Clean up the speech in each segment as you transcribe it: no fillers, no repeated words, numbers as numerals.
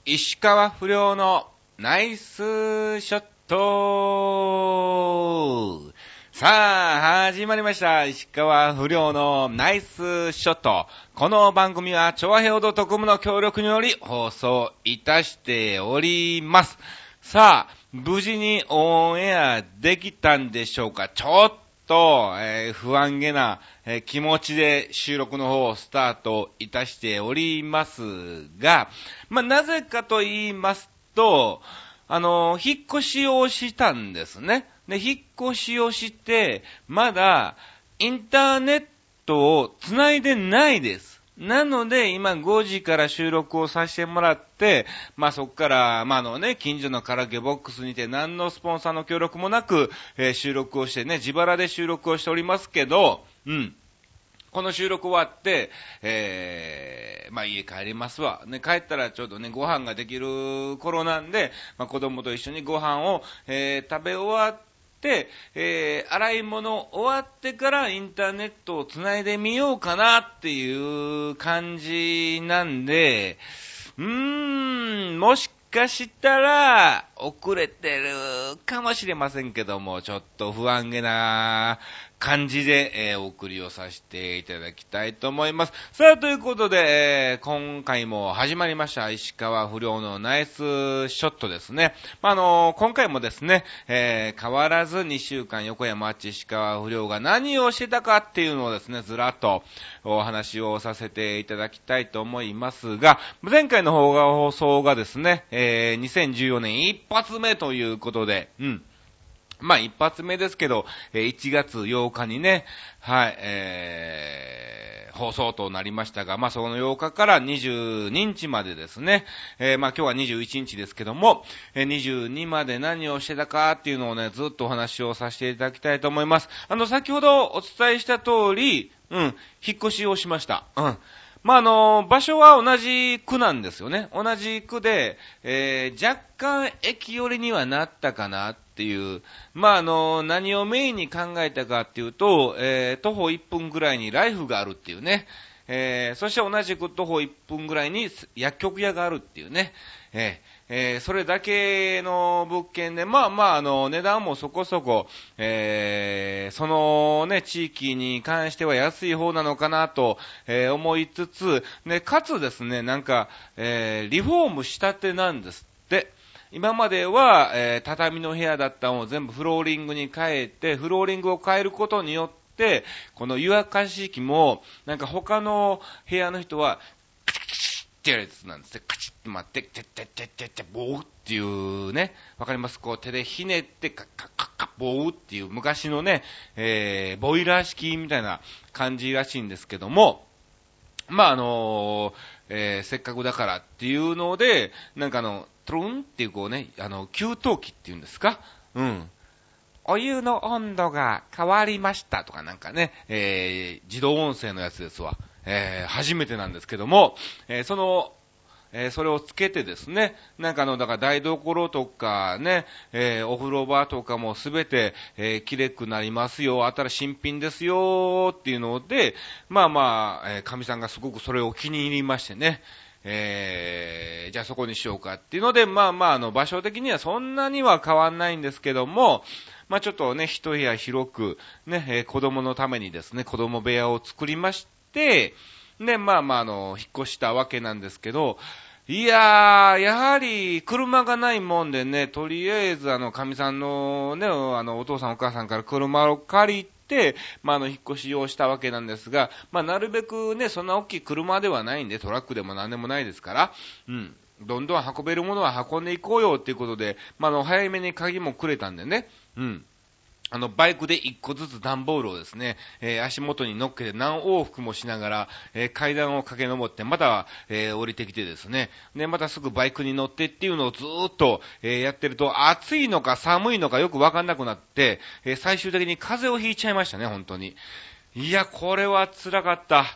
石川不良のナイスショット。さあ、始まりました。石川不良のナイスショット。この番組は、チョアヘオ.comの協力により放送いたしております。さあ、無事にオンエアできたんでしょうか。ちょっと、不安げな、気持ちで収録の方をスタートいたしておりますが、なぜかと言いますと、引っ越しをしたんですね。で、引っ越しをして、まだ、インターネットを繋いでないです。なので、今5時から収録をさせてもらって、そっから、近所のカラオケボックスにて何のスポンサーの協力もなく、収録をしてね、自腹で収録をしておりますけど、この収録終わって、家帰りますわ。ね、帰ったらちょうどね、ご飯ができる頃なんで、子供と一緒にご飯を、食べ終わって、洗い物終わってからインターネットを繋いでみようかなっていう感じなんで、もしかしたら遅れてるかもしれませんけども、ちょっと不安げな感じで、お送りをさせていただきたいと思います。さあ、ということで、今回も始まりました石川不良のナイスショットですね。今回もですね、変わらず2週間横山あっち石川不良が何をしてたかっていうのをですね、ずらっとお話をさせていただきたいと思いますが、前回の放送がですね、2014年一発目ということで、一発目ですけど、1月8日にね、放送となりましたが、その8日から22日までですね、今日は21日ですけども、22まで何をしてたかっていうのをね、ずっとお話をさせていただきたいと思います。先ほどお伝えした通り、引っ越しをしました。場所は同じ区なんですよね。同じ区で、若干駅寄りにはなったかなっていう。何をメインに考えたかっていうと、徒歩1分ぐらいにライフがあるっていうね。そして同じく徒歩1分ぐらいに薬局屋があるっていうね。それだけの物件で、値段もそこそこ、そのね、地域に関しては安い方なのかなと、思いつつ、ね、かつですね、リフォームしたてなんですって。今までは、畳の部屋だったのを全部フローリングに変えて、フローリングを変えることによって、この湯沸かし器も、他の部屋の人は、ってやるやつなんですね。カチッと待って、ボーっていうね、わかります？こう手でひねって、ボーっていう昔のね、ボイラー式みたいな感じらしいんですけども、せっかくだからっていうので、トロンっていうこうね、給湯器っていうんですか？お湯の温度が変わりましたとか自動音声のやつですわ。初めてなんですけども、それをつけてですね、だから台所とかね、お風呂場とかもすべて、綺麗くなりますよ、新品ですよ、っていうので、神さんがすごくそれを気に入りましてね、じゃあそこにしようかっていうので、場所的にはそんなには変わんないんですけども、ちょっとね、一部屋広く、ね、子供のためにですね、子供部屋を作りまして、で、引っ越したわけなんですけど、いやー、やはり、車がないもんでね、とりあえず、神さんのね、お父さんお母さんから車を借りて、引っ越しをしたわけなんですが、なるべくね、そんな大きい車ではないんで、トラックでも何でもないですから、どんどん運べるものは運んでいこうよっていうことで、早めに鍵もくれたんでね、バイクで一個ずつ段ボールをですね、足元に乗っけて何往復もしながら、階段を駆け上って、また、降りてきてですね、で、またすぐバイクに乗ってっていうのをずーっと、やってると、暑いのか寒いのかよくわかんなくなって、最終的に風邪をひいちゃいましたね、本当に。いや、これは辛かった。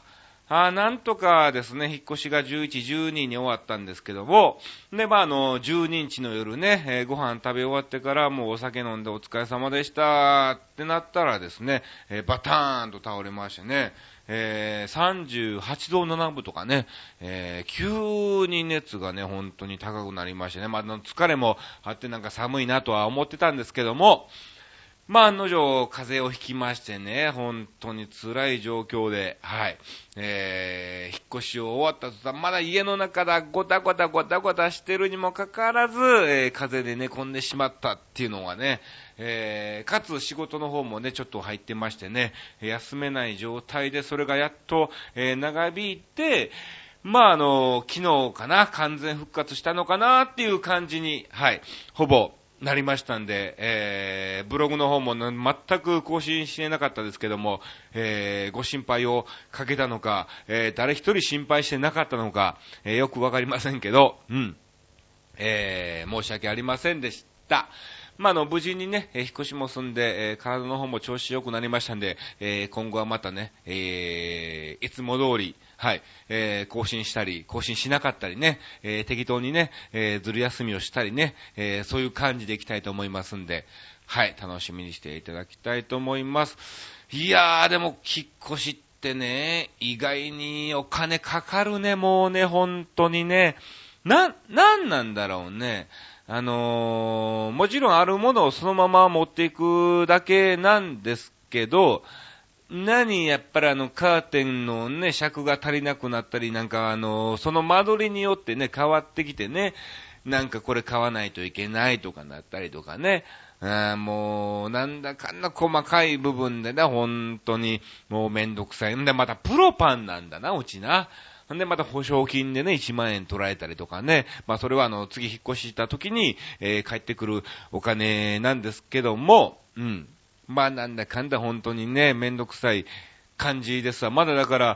なんとかですね、引っ越しが11、12に終わったんですけども、で、12日の夜ね、ご飯食べ終わってからもうお酒飲んでお疲れ様でしたってなったらですね、バターンと倒れましてね、38度7分とかね、急に熱がね、本当に高くなりましてね、疲れもあってなんか寒いなとは思ってたんですけども、案の定、風邪をひきましてね、本当に辛い状況で、はい。引っ越しを終わった途端、まだ家の中だ、ごたごたごたごたしてるにもかかわらず、風邪で寝込んでしまったっていうのがね、かつ仕事の方もね、ちょっと入ってましてね、休めない状態で、それがやっと、長引いて、昨日かな、完全復活したのかなっていう感じに、はい、ほぼ、なりましたんで、ブログの方も全く更新してなかったですけども、ご心配をかけたのか、誰一人心配してなかったのか、よくわかりませんけど、申し訳ありませんでした。無事にね、引っ越しも済んで、体の方も調子良くなりましたんで、今後はまたね、いつも通り、はい、更新したり、更新しなかったりね、適当にね、ずる休みをしたりね、そういう感じでいきたいと思いますんで、はい、楽しみにしていただきたいと思います。いやー、でも、引っ越しってね、意外にお金かかるね、もうね、本当にね、なんだろうね。もちろんあるものをそのまま持っていくだけなんですけど、やっぱりカーテンのね、尺が足りなくなったり、なんかその間取りによってね、変わってきてね、なんかこれ買わないといけないとかなったりとかね、もう、なんだかんだ細かい部分でね、本当に、もうめんどくさい。んで、またプロパンなんだな、うちな。んで、また保証金でね、1万円取られたりとかね。それは次引っ越しした時に、帰ってくるお金なんですけども、なんだかんだ本当にね、めんどくさい感じですわ。まだだから、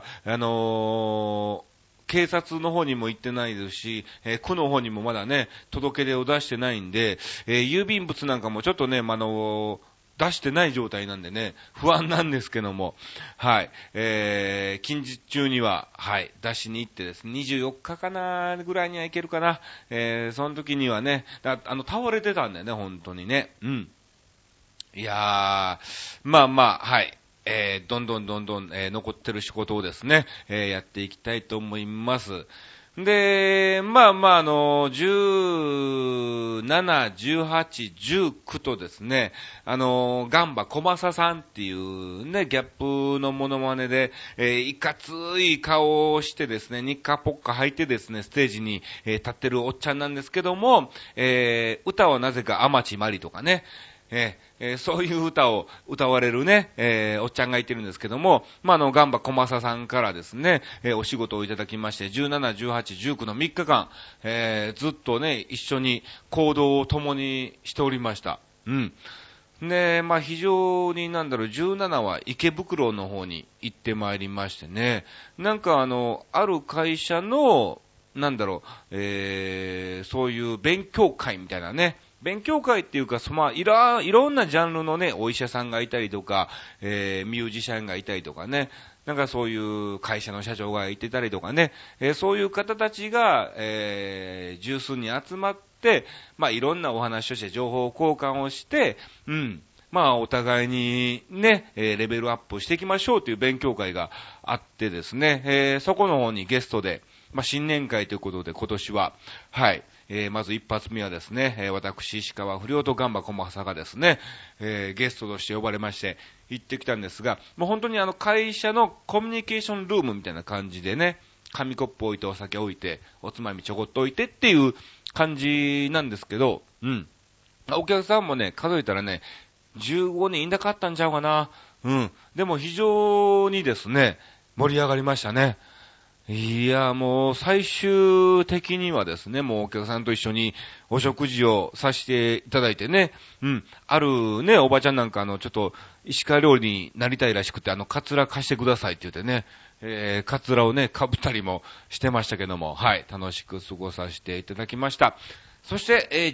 警察の方にも行ってないですし、区の方にもまだね、届け出を出してないんで、郵便物なんかもちょっとね、出してない状態なんでね、不安なんですけども、はい、近日中には、はい、出しに行ってですね、24日かなぐらいには行けるかな、その時にはね、倒れてたんだよね、本当にね、いやー、はい、どんどん、残ってる仕事をですね、やっていきたいと思います。で、17、18、19とですね、ガンバ小正さんっていうね、ギャップのモノマネで、いかつい顔をしてですね、ニッカポッカ履いてですね、ステージに、立ってるおっちゃんなんですけども、歌はなぜか天地まりとかね、そういう歌を歌われるね、おっちゃんがいてるんですけども、ガンバ小正さんからですね、お仕事をいただきまして、17、18、19の3日間、ずっとね、一緒に行動を共にしておりました。で、非常に17は池袋の方に行ってまいりましてね、なんかある会社の、そういう勉強会みたいなね、勉強会っていうか、いろんなジャンルのね、お医者さんがいたりとか、ミュージシャンがいたりとかね、なんかそういう会社の社長がいてたりとかね、そういう方たちが、十数人集まって、いろんなお話をして、情報交換をして、お互いにね、レベルアップしていきましょうという勉強会があってですね、そこの方にゲストで、新年会ということで今年は、はい、まず一発目はですね、私、石川不良とガンバ小正がですね、ゲストとして呼ばれまして、行ってきたんですが、もう本当に会社のコミュニケーションルームみたいな感じでね、紙コップ置いてお酒置いて、おつまみちょこっと置いてっていう感じなんですけど、お客さんもね、数えたらね、15人いなかったんちゃうかな。でも非常にですね、盛り上がりましたね。いや、もう最終的にはですね、もうお客さんと一緒にお食事をさせていただいてね、あるね、おばちゃんなんかちょっと石川料理になりたいらしくて、カツラ貸してくださいって言ってね、カツラをね、被ったりもしてましたけども、はい、楽しく過ごさせていただきました。 そして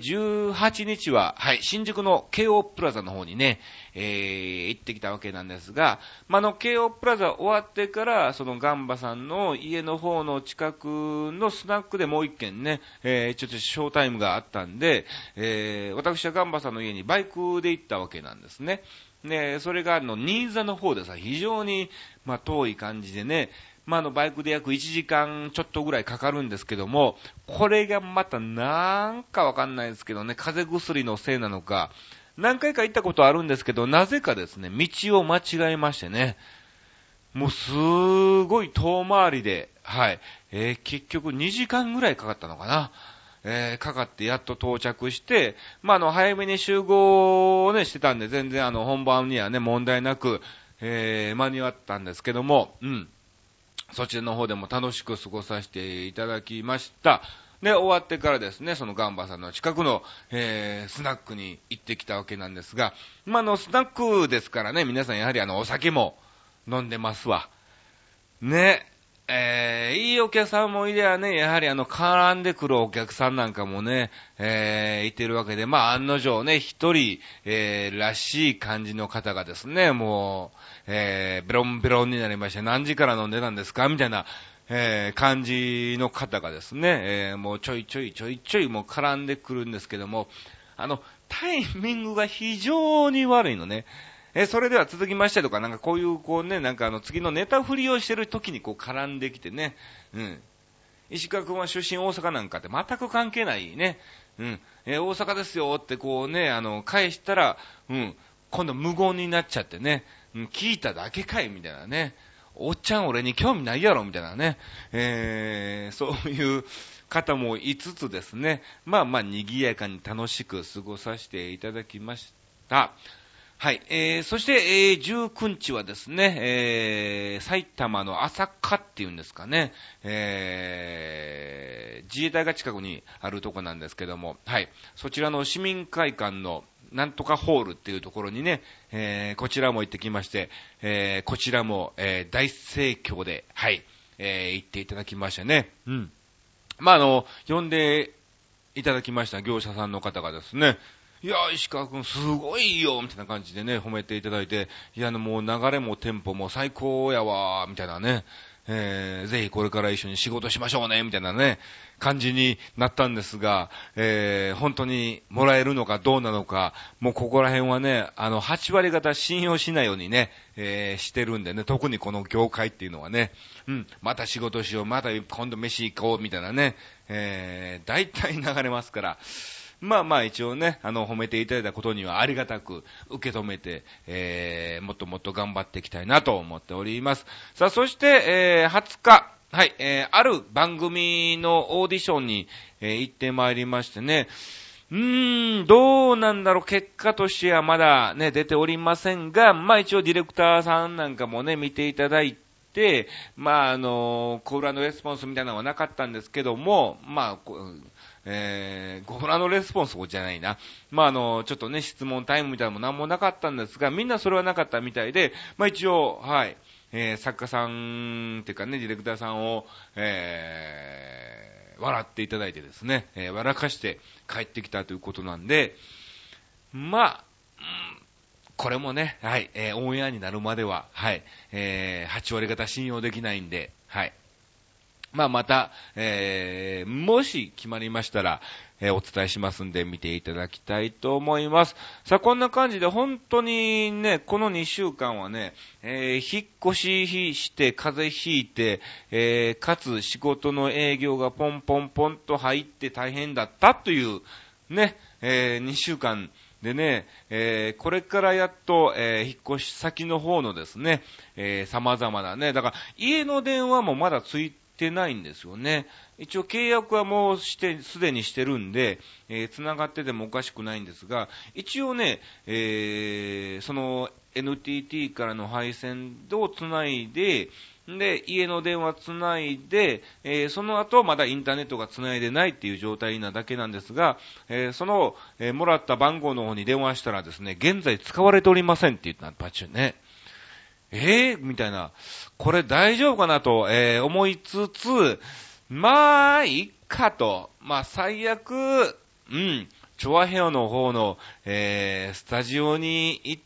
、18日は、はい、新宿の京王プラザの方にね、行ってきたわけなんですが、京王プラザ終わってから、そのガンバさんの家の方の近くのスナックでもう一軒ね、ちょっとショータイムがあったんで、私はガンバさんの家にバイクで行ったわけなんですね。で、それが新座の方でさ、非常に、遠い感じでね、バイクで約1時間ちょっとぐらいかかるんですけども、これがまたなんかわかんないですけどね、風邪薬のせいなのか、何回か行ったことあるんですけど、なぜかですね、道を間違えましてね、もうすごい遠回りで、はい、結局2時間ぐらいかかったのかな。かかってやっと到着して、早めに集合をね、してたんで、全然本番にはね、問題なく、間に合ったんですけども、そちらの方でも楽しく過ごさせていただきました。で、終わってからですね、そのガンバさんの近くの、スナックに行ってきたわけなんですが、スナックですからね、皆さんやはりお酒も飲んでますわ。ね、いいお客さんもいればね、やはり絡んでくるお客さんなんかもね、いてるわけで、案の定ね、一人、らしい感じの方がですね、もう、ベロンベロンになりまして、何時から飲んでたんですかみたいな、感じの方がですね、もうちょいちょいもう絡んでくるんですけども、タイミングが非常に悪いのね。それでは続きましてとか、こういう次のネタ振りをしてる時に絡んできてね、石川くんは出身大阪なんかって全く関係ないね、大阪ですよって返したら、今度無言になっちゃってね、聞いただけかいみたいなね、おっちゃん俺に興味ないやろみたいなね、そういう方もいつつですね、賑やかに楽しく過ごさせていただきました。はい。そして、19日はですね、埼玉の朝霞っていうんですかね、自衛隊が近くにあるとこなんですけども、はい。そちらの市民会館のなんとかホールっていうところにね、こちらも行ってきまして、こちらも、大盛況で、はい、行っていただきましたね。呼んでいただきました業者さんの方がですね、いや、石川くんすごいよみたいな感じでね、褒めていただいて、いや、もう流れもテンポも最高やわみたいなね、ぜひこれから一緒に仕事しましょうねみたいなね、感じになったんですが、本当にもらえるのかどうなのか、もうここら辺はね、8割方信用しないようにね、してるんでね、特にこの業界っていうのはね、また仕事しよう、また今度飯行こうみたいなね、大体流れますから、一応ね、褒めていただいたことにはありがたく受け止めて、もっともっと頑張っていきたいなと思っております。さあ、そして、20日、はい、ある番組のオーディションに、行ってまいりましてね、どうなんだろう、結果としてはまだね、出ておりませんが、一応ディレクターさんなんかもね、見ていただいて、コール&レスポンスみたいなのはなかったんですけども、ご覧のレスポンスじゃないな。ちょっとね、質問タイムみたいなのも何もなかったんですが、みんなそれはなかったみたいで、一応、はい、作家さんっていうかね、ディレクターさんを、笑っていただいてですね、笑かして帰ってきたということなんで、これもね、はい、オンエアになるまでは、はい、8割方信用できないんで、はい。また、もし決まりましたら、お伝えしますんで見ていただきたいと思います。さあ、こんな感じで本当にね、この2週間はね、引っ越しして風邪ひいて、かつ仕事の営業がポンポンポンと入って大変だったというね、2週間でね、これからやっと、引っ越し先の方のですね、様々なね、だから家の電話もまだついてないんですよね。一応契約はもうすでにしてるんで、繋がっててもおかしくないんですが、一応ね、その NTT からの配線を繋いで、で、家の電話繋いで、その後まだインターネットが繋いでないっていう状態なだけなんですが、その、もらった番号の方に電話したらですね、現在使われておりませんって言ったパッチね。みたいな。これ大丈夫かなと、思いつつ、いっかと。最悪、 チョアヘオの方の、スタジオに行って、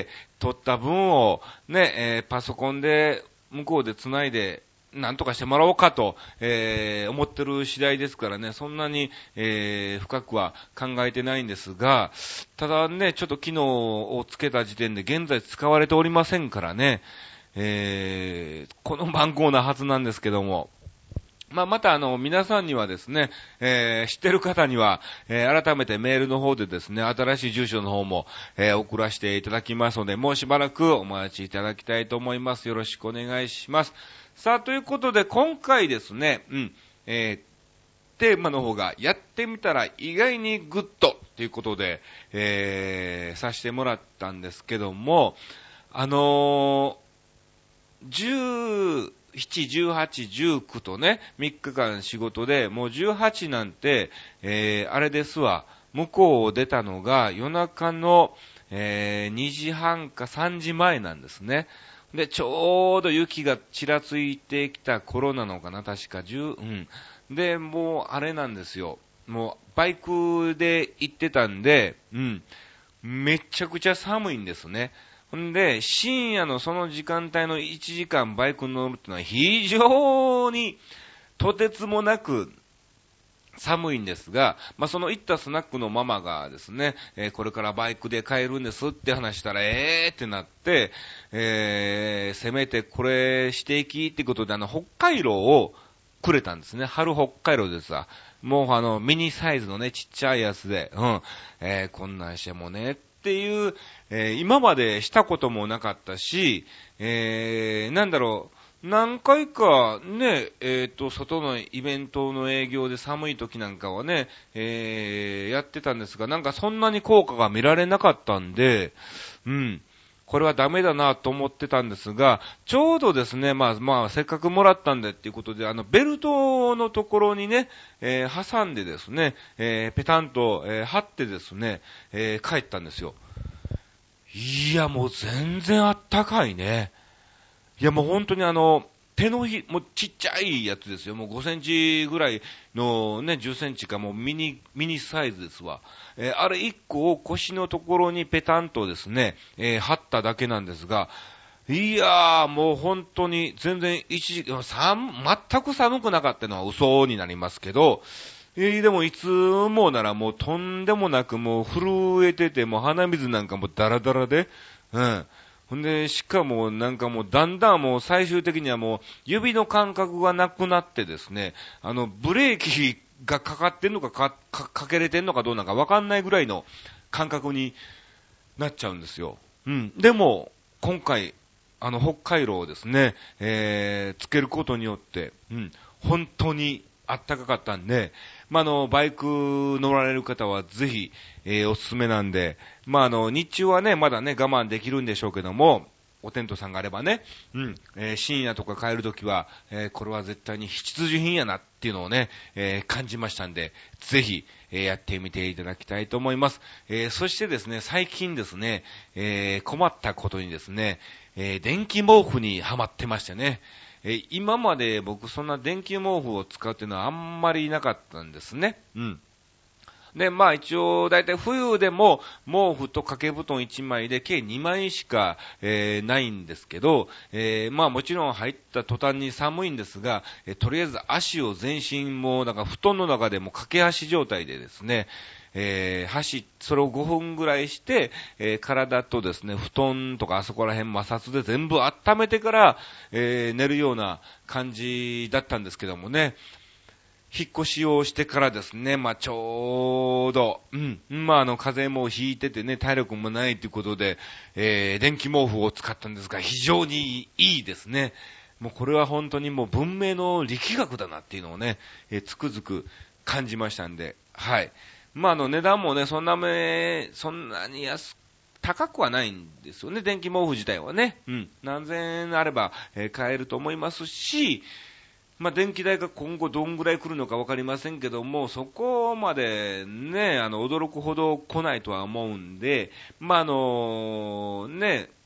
撮った分をね、パソコンで向こうで繋いで、なんとかしてもらおうかと、思ってる次第ですからね、そんなに、深くは考えてないんですが、ただね、ちょっと機能をつけた時点で現在使われておりませんからね、この番号なはずなんですけども、また皆さんにはですね、知ってる方には、改めてメールの方でですね、新しい住所の方も、送らせていただきますので、もうしばらくお待ちいただきたいと思います。よろしくお願いします。さあ、ということで、今回ですね、テーマの方が、やってみたら意外にグッドということで、させてもらったんですけども、17、18、19とね、3日間仕事で、もう18なんて、あれですわ、向こうを出たのが夜中の、2時半か3時前なんですね。で、ちょうど雪がちらついてきた頃なのかな、確かで、もうあれなんですよ。もうバイクで行ってたんで、めちゃくちゃ寒いんですね。ほんで、深夜のその時間帯の1時間バイクに乗るってのは非常にとてつもなく寒いんですが、その行ったスナックのママがですね、これからバイクで帰るんですって話したら、ってなって、せめてこれしていきってことで、北海道をくれたんですね。春北海道ですわ。もうミニサイズのね、ちっちゃいやつで、こんなんしてもね、っていう、今までしたこともなかったし、なんだろう、何回かね、外のイベントの営業で寒い時なんかはね、やってたんですが、なんかそんなに効果が見られなかったんで、これはダメだなと思ってたんですが、ちょうどですね、せっかくもらったんでっていうことで、ベルトのところにね、挟んでですね、ペタンと、貼ってですね、帰ったんですよ。いや、もう全然あったかいね。いや、もう本当に手のひ、もうちっちゃいやつですよ。もう5センチぐらいのね、10センチかもうミニサイズですわ。あれ1個を腰のところにペタンとですね、貼っただけなんですが、いやー、もう本当に全然全く寒くなかったのは嘘になりますけど、でもいつもならもうとんでもなくもう震えてて、もう鼻水なんかもダラダラで、ほんで、しかもなんかもうだんだんもう最終的にはもう指の感覚がなくなってですね、ブレーキがかかってんのかかけれてんのかどうなのかわかんないぐらいの感覚になっちゃうんですよ。でも、今回、北海道をですね、つけることによって、本当にあったかかったんで、バイク乗られる方はぜひ、おすすめなんで、日中はね、まだね、我慢できるんでしょうけども、おテントさんがあればね、深夜とか帰るときは、これは絶対に必需品やなっていうのをね、感じましたんで、ぜひ、やってみていただきたいと思います。そしてですね、最近ですね、困ったことにですね、電気毛布にはまってましてね、今まで僕そんな電気毛布を使うっていうのはあんまりなかったんですね。で、一応、だいたい冬でも毛布と掛け布団1枚で計2枚しか、ないんですけど、もちろん入った途端に寒いんですが、とりあえず足を全身も、なんか布団の中でも駆け足状態でですね、それを5分ぐらいして、体とですね、布団とかあそこら辺摩擦で全部温めてから、寝るような感じだったんですけどもね、引っ越しをしてからですね、ちょうど、風邪もひいててね、体力もないということで、電気毛布を使ったんですが、非常にいいですね。もうこれは本当にもう文明の力学だなっていうのをね、つくづく感じましたんで、はい。値段もね、そんなに高くはないんですよね、電気毛布自体はね。何千円あれば、買えると思いますし、電気代が今後どんぐらい来るのかわかりませんけども、そこまでね、驚くほど来ないとは思うんで、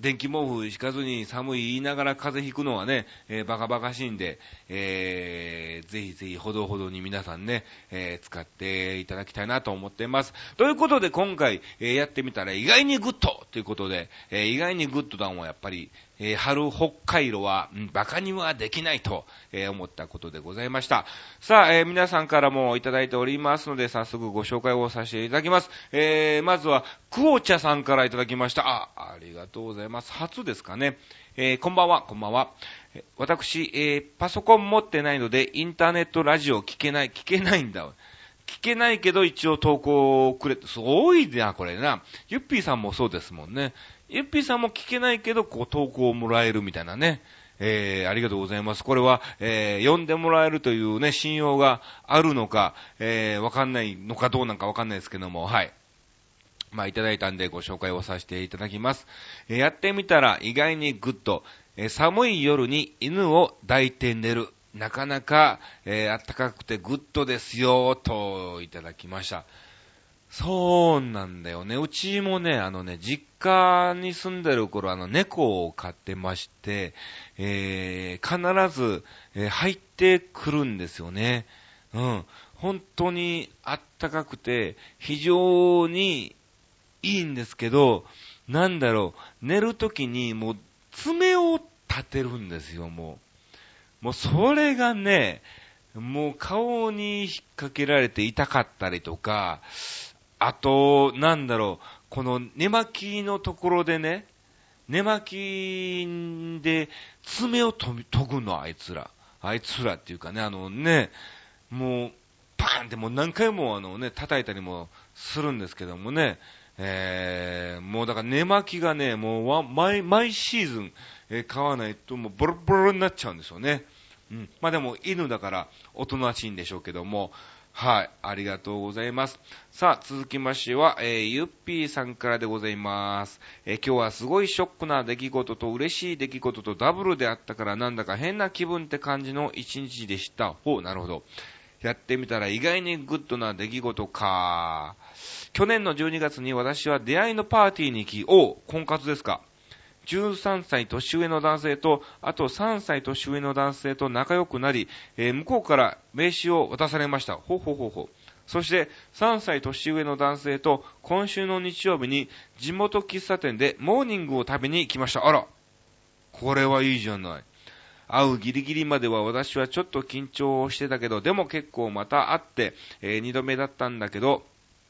電気毛布敷かずに寒い言いながら風邪ひくのはね、バカバカしいんで、ぜひぜひほどほどに皆さんね、使っていただきたいなと思っています。ということで今回、やってみたら意外にグッドということで、意外にグッドだもんやっぱり、春北海道は、バカにはできないと、思ったことでございました。さあ、皆さんからもいただいておりますので、早速ご紹介をさせていただきます。まずは、クオチャさんからいただきました。ありがとうございます。初ですかね。こんばんは、こんばんは。私、パソコン持ってないので、インターネットラジオ聞けないんだ。聞けないけど一応投稿をくれて、すごいな、これな。ゆっぴーさんもそうですもんね。ゆっぴーさんも聞けないけど、こう投稿をもらえるみたいなね。ありがとうございます。これは、読んでもらえるというね、信用があるのか、わかんないのかどうなんかわかんないですけども、はい。まあ、いただいたんでご紹介をさせていただきます。やってみたら意外にグッド。寒い夜に犬を抱いて寝る。なかなか、暖かくてグッドですよ、といただきました。そうなんだよね。うちもね、実家に住んでる頃、猫を飼ってまして、必ず、入ってくるんですよね。うん。本当に暖かくて、非常にいいんですけど、なんだろう、寝るときにもう爪を立てるんですよ、もう。もうそれがね、もう顔に引っ掛けられて痛かったりとか、あと、なんだろう、この寝巻きのところでね、寝巻きで爪を研ぐの、あいつら。あいつらっていうかね、もう、パーンってもう何回も叩いたりもするんですけどもね、もうだから寝巻きがね、もう毎シーズン、買わないともうボロボロになっちゃうんですよね。うん。まあでも犬だからおとなしいんでしょうけども、はい、ありがとうございます。さあ、続きましては、ゆっぴーさんからでございます。今日はすごいショックな出来事と嬉しい出来事とダブルであったからなんだか変な気分って感じの一日でした。ほう、なるほど。やってみたら意外にグッドな出来事か。去年の12月に私は出会いのパーティーに行き、婚活ですか。13歳年上の男性と、あと3歳年上の男性と仲良くなり、向こうから名刺を渡されました。ほうほうほうほう。そして3歳年上の男性と今週の日曜日に地元喫茶店でモーニングを食べに来ました。あら、これはいいじゃない。会うギリギリまでは私はちょっと緊張してたけど、でも結構また会って、2度目だったんだけど、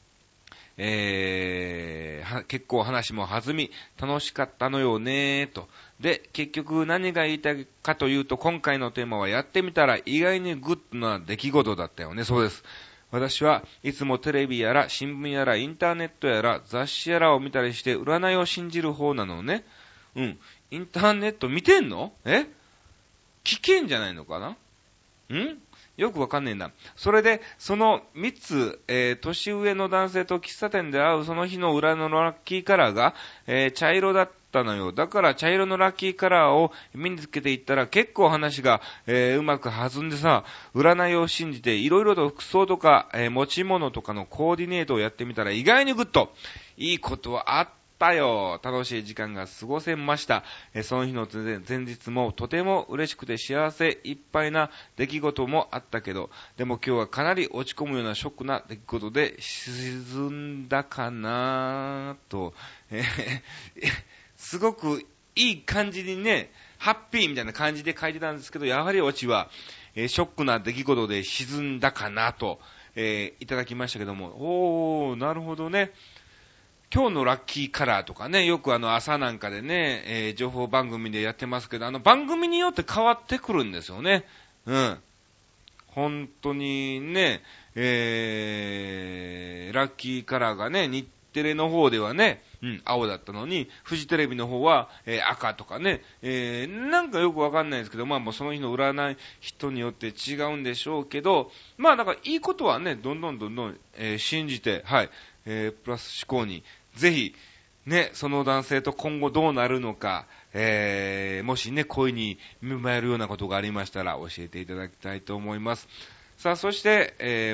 結構話も弾み、楽しかったのよねと。で、結局何が言いたいかというと、今回のテーマはやってみたら意外にグッドな出来事だったよね。そうです。私はいつもテレビやら新聞やらインターネットやら雑誌やらを見たりして占いを信じる方なのね。うん。インターネット見てんの？危険じゃないのかな？よくわかんねえな。それで、その3つ、年上の男性と喫茶店で会うその日の裏のラッキーカラーが、茶色だったのよ。だから茶色のラッキーカラーを身につけていったら結構話が、うまく弾んでさ、占いを信じていろいろと服装とか、持ち物とかのコーディネートをやってみたら意外にグッといいことはあったよ。楽しい時間が過ごせました。その日の前日もとても嬉しくて幸せいっぱいな出来事もあったけど、でも今日はかなり落ち込むようなショックな出来事で沈んだかなと、すごくいい感じにね、ハッピーみたいな感じで書いてたんですけど、やはりオチは、ショックな出来事で沈んだかなと、いただきましたけども、なるほどね。今日のラッキーカラーとかね、よく朝なんかでね、情報番組でやってますけど、番組によって変わってくるんですよね。うん。本当にね、ラッキーカラーがね、日テレの方ではね、青だったのに、フジテレビの方は、赤とかね、なんかよくわかんないですけど、まあもうその日の占い人によって違うんでしょうけど、まあなんかいいことはね、どんどん、信じて、はい、プラス思考に、ぜひ、ね、その男性と今後どうなるのか、もしね、恋に見舞えるようなことがありましたら教えていただきたいと思います。さあ、そして、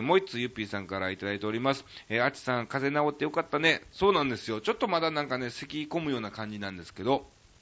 もう一つゆっぴーさんからいただいております。あちさん、風邪治ってよかったね。そうなんですよ。ちょっとまだなんかね、咳込むような感じなんですけど、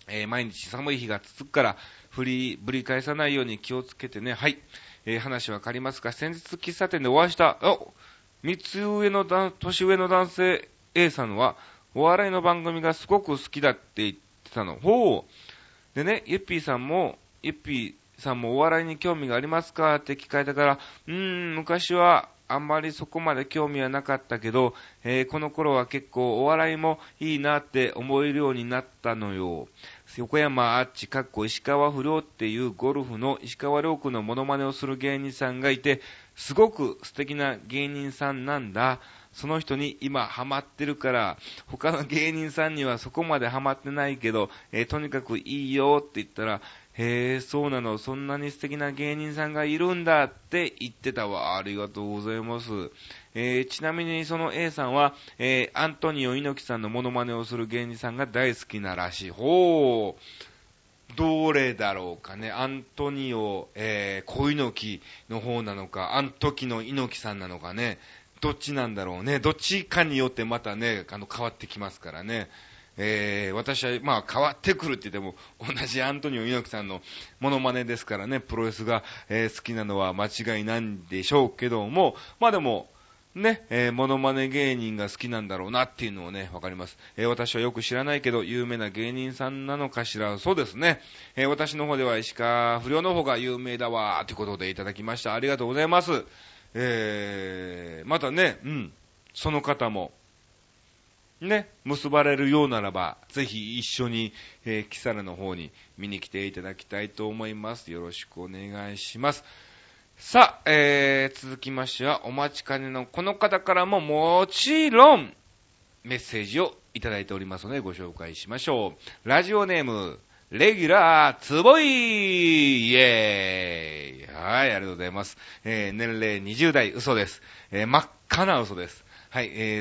毎日寒い日が続くから、ぶり返さないように気をつけてね。はい。話わかりますか？先日喫茶店でお会いした、年上の男性 A さんは、お笑いの番組がすごく好きだって言ってたの。ほう。でね、ゆっぴーさんもお笑いに興味がありますかって聞かれたから、昔はあんまりそこまで興味はなかったけど、この頃は結構お笑いもいいなって思えるようになったのよ。横山あっち石川不良っていうゴルフの石川遼君のモノマネをする芸人さんがいて、すごく素敵な芸人さんなんだ。その人に今ハマってるから、他の芸人さんにはそこまでハマってないけど、とにかくいいよって言ったら、へえ、そうなの、そんなに素敵な芸人さんがいるんだって言ってたわ。ありがとうございます。ちなみにその A さんは、アントニオ猪木さんのモノマネをする芸人さんが大好きならしい。ほう。どれだろうかね。アントニオ、小猪木の方なのか、アントキの猪木さんなのかね。どっちなんだろうね。どっちかによってまたね、変わってきますからね。私は、変わってくるって言っても、同じアントニオ猪木さんのモノマネですからね、プロレスが、好きなのは間違いないんでしょうけども、でも、ね、モノマネ芸人が好きなんだろうなっていうのをね、わかります。私はよく知らないけど、有名な芸人さんなのかしら。そうですね。私の方では石川不良の方が有名だわーということでいただきました。ありがとうございます。またね、その方も、ね、結ばれるようならば、ぜひ一緒に、キサラの方に見に来ていただきたいと思います。よろしくお願いします。さあ、続きましては、お待ちかねのこの方からももちろん、メッセージをいただいておりますので、ご紹介しましょう。ラジオネーム、レギュラー、つぼいイェーイはい、ありがとうございます。年齢20代、嘘です。真っ赤な嘘です。はい、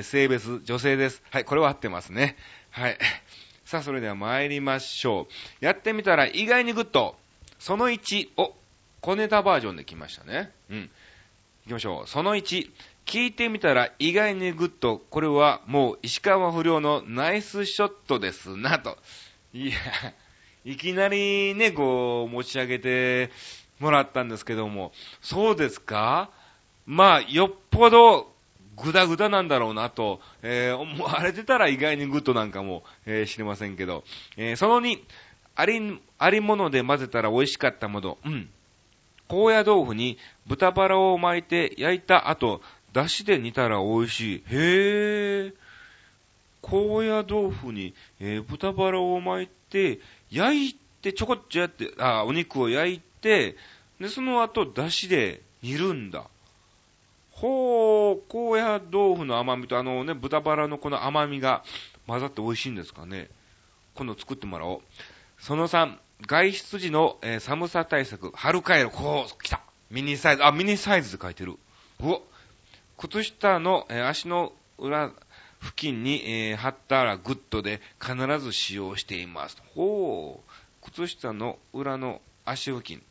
性別、女性です。はい、これは合ってますね。はい。さあ、それでは参りましょう。やってみたら意外にグッド。その1、小ネタバージョンで来ましたね。行きましょう。その1、聞いてみたら意外にグッド。これはもう石川不良のナイスショットですなと。いや、いきなりね、こう持ち上げてもらったんですけども、そうですか？よっぽどグダグダなんだろうなと、思われてたら意外にグッドなんかも、知りませんけど、その2、ありもので混ぜたら美味しかったもの、高野豆腐に豚バラを巻いて焼いた後、出汁で煮たら美味しい。へー。高野豆腐に、豚バラを巻いて、焼いて、ちょこっちょやって、お肉を焼いて、で、その後、出汁で煮るんだ。ほう、高野豆腐の甘みと豚バラのこの甘みが混ざって美味しいんですかね。今度作ってもらおう。その3、外出時の、寒さ対策、春カイロ、来た。ミニサイズで書いてる。靴下の、足の裏付近に、貼ったらグッドで必ず使用しています。靴下の裏の足付近。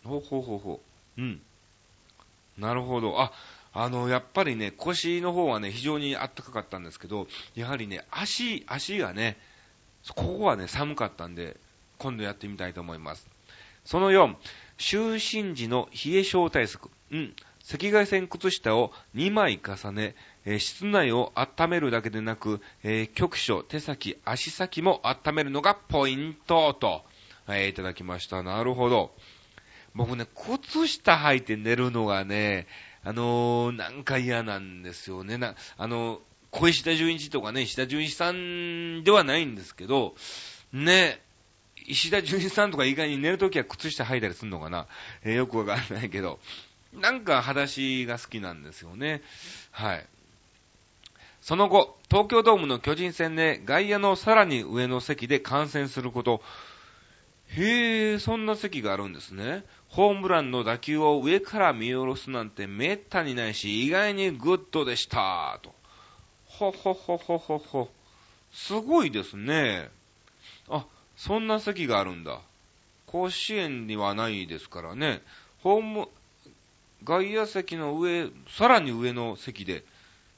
なるほど。やっぱりね、腰の方はね、非常に暖かかったんですけど、やはりね、足がね、ここはね、寒かったんで、今度やってみたいと思います。その4、就寝時の冷え性対策。赤外線靴下を2枚重ね、室内を温めるだけでなく、局所、手先、足先も温めるのがポイントと、いただきました。なるほど。僕ね、靴下履いて寝るのがね、なんか嫌なんですよね。小石田純一とかね、石田純一さんではないんですけど、ね、石田純一さんとか以外に寝るときは靴下履いたりするのかな、よくわかんないけど、なんか裸足が好きなんですよね。はい。その後、東京ドームの巨人戦で外野のさらに上の席で観戦すること。へえ、そんな席があるんですね。ホームランの打球を上から見下ろすなんてめったにないし、意外にグッドでした。と。すごいですね。そんな席があるんだ。甲子園にはないですからね。外野席の上、さらに上の席で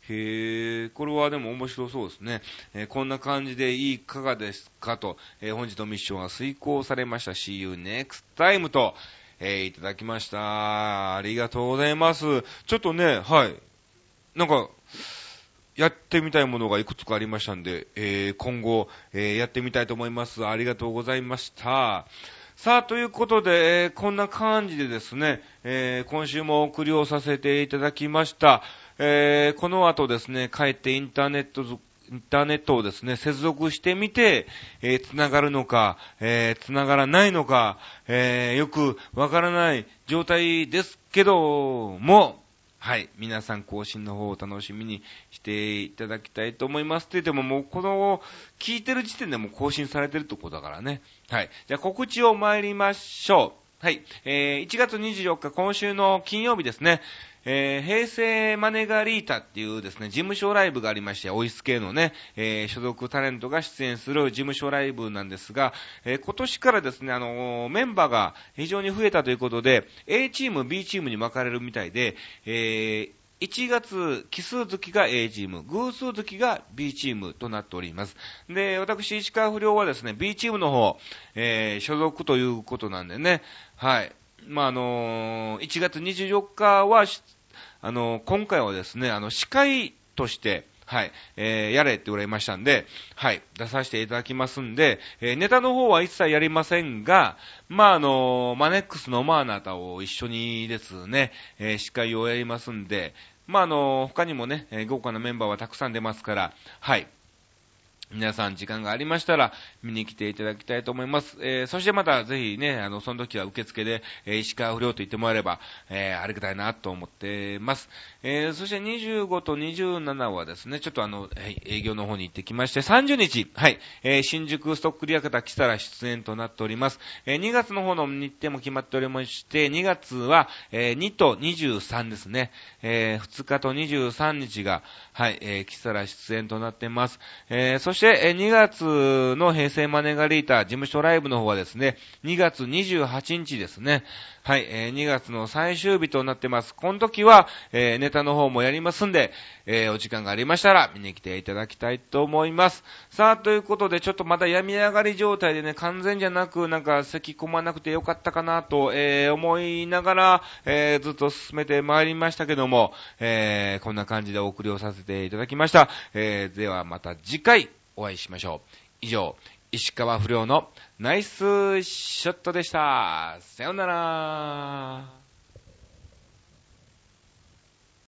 へえ、これはでも面白そうですね。こんな感じでいかがですかと、本日のミッションは遂行されました。See you next time と、いただきました。ありがとうございます。ちょっとね、はい。なんか、やってみたいものがいくつかありましたんで、今後、やってみたいと思います。ありがとうございました。さあ、ということで、こんな感じでですね、今週もお送りをさせていただきました。この後ですね、帰ってインターネットをですね、接続してみて、つながるのか、つながらないのか、よくわからない状態ですけども、はい。皆さん更新の方を楽しみにしていただきたいと思います。って言ってももうこの聞いてる時点でもう更新されてるってことだからね。はい。じゃあ告知を参りましょう。はい。1月24日今週の金曜日ですね。平成マネガリータっていうですね、事務所ライブがありまして、オイス系のね、所属タレントが出演する事務所ライブなんですが、今年からですね、メンバーが非常に増えたということで、A チーム、B チームに分かれるみたいで、1月、奇数月が A チーム、偶数月が B チームとなっております。で、私、石川不良はですね、B チームの方、所属ということなんでね、はい。まあ、1月24日は、今回はですね、司会として、はい、やれって言われましたんで、はい、出させていただきますんで、ネタの方は一切やりませんが、まあ、マネックスのマーナタを一緒にですね、司会をやりますんで、まあ、他にもね、豪華なメンバーはたくさん出ますから、はい、皆さん時間がありましたら見に来ていただきたいと思います。そしてまたぜひね、その時は受付で、石川不良と言ってもらえれば、ありがたいなと思ってます。そして25と27はですね、ちょっと営業の方に行ってきまして、30日、はい、新宿ストックリアカタ来たら出演となっております。2月の方の日程も決まっておりまして、2月は、2と23ですね、2日と23日が、はい、来たら出演となってます。そして、2月の平成マネガリータ事務所ライブの方はですね、2月28日ですね。はい、2月の最終日となってます。この時は、ネタの方もやりますんで、お時間がありましたら見に来ていただきたいと思います。さあ、ということで、ちょっとまだ病み上がり状態でね、完全じゃなく、なんか咳込まなくてよかったかなと、思いながら、ずっと進めてまいりましたけども、こんな感じでお送りをさせていただきました。ではまた次回お会いしましょう。以上、石川不良のナイスショットでした。さようなら。